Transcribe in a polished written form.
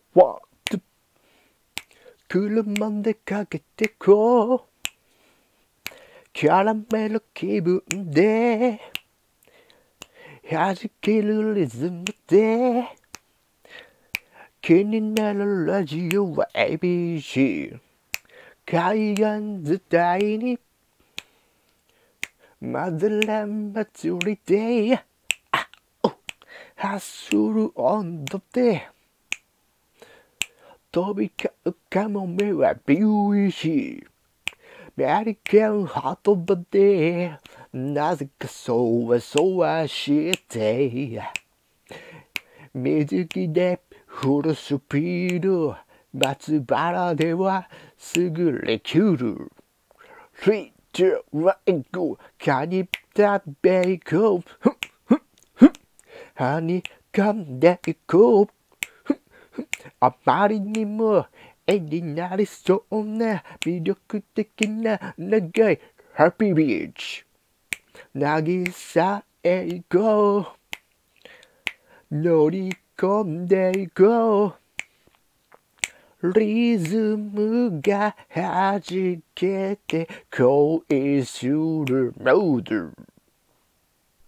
ワン、ツー、車でかけてこう。キャラメル気分で弾けるリズムで気になるラジオは ABC 海岸伝いにマゼラン祭りで走る温度で飛び交うカモメはビューシーメリカンハート場でなぜかそわそわして水着でフルスピード松原ではすぐレキュール3、2、1、GO カニ食べ行こうハニ噛んでいこうあまりにも絵になりそうな魅力的な長いハッピービーチ渚へ行こう乗り込んでいこうリズムが弾けて恋するモード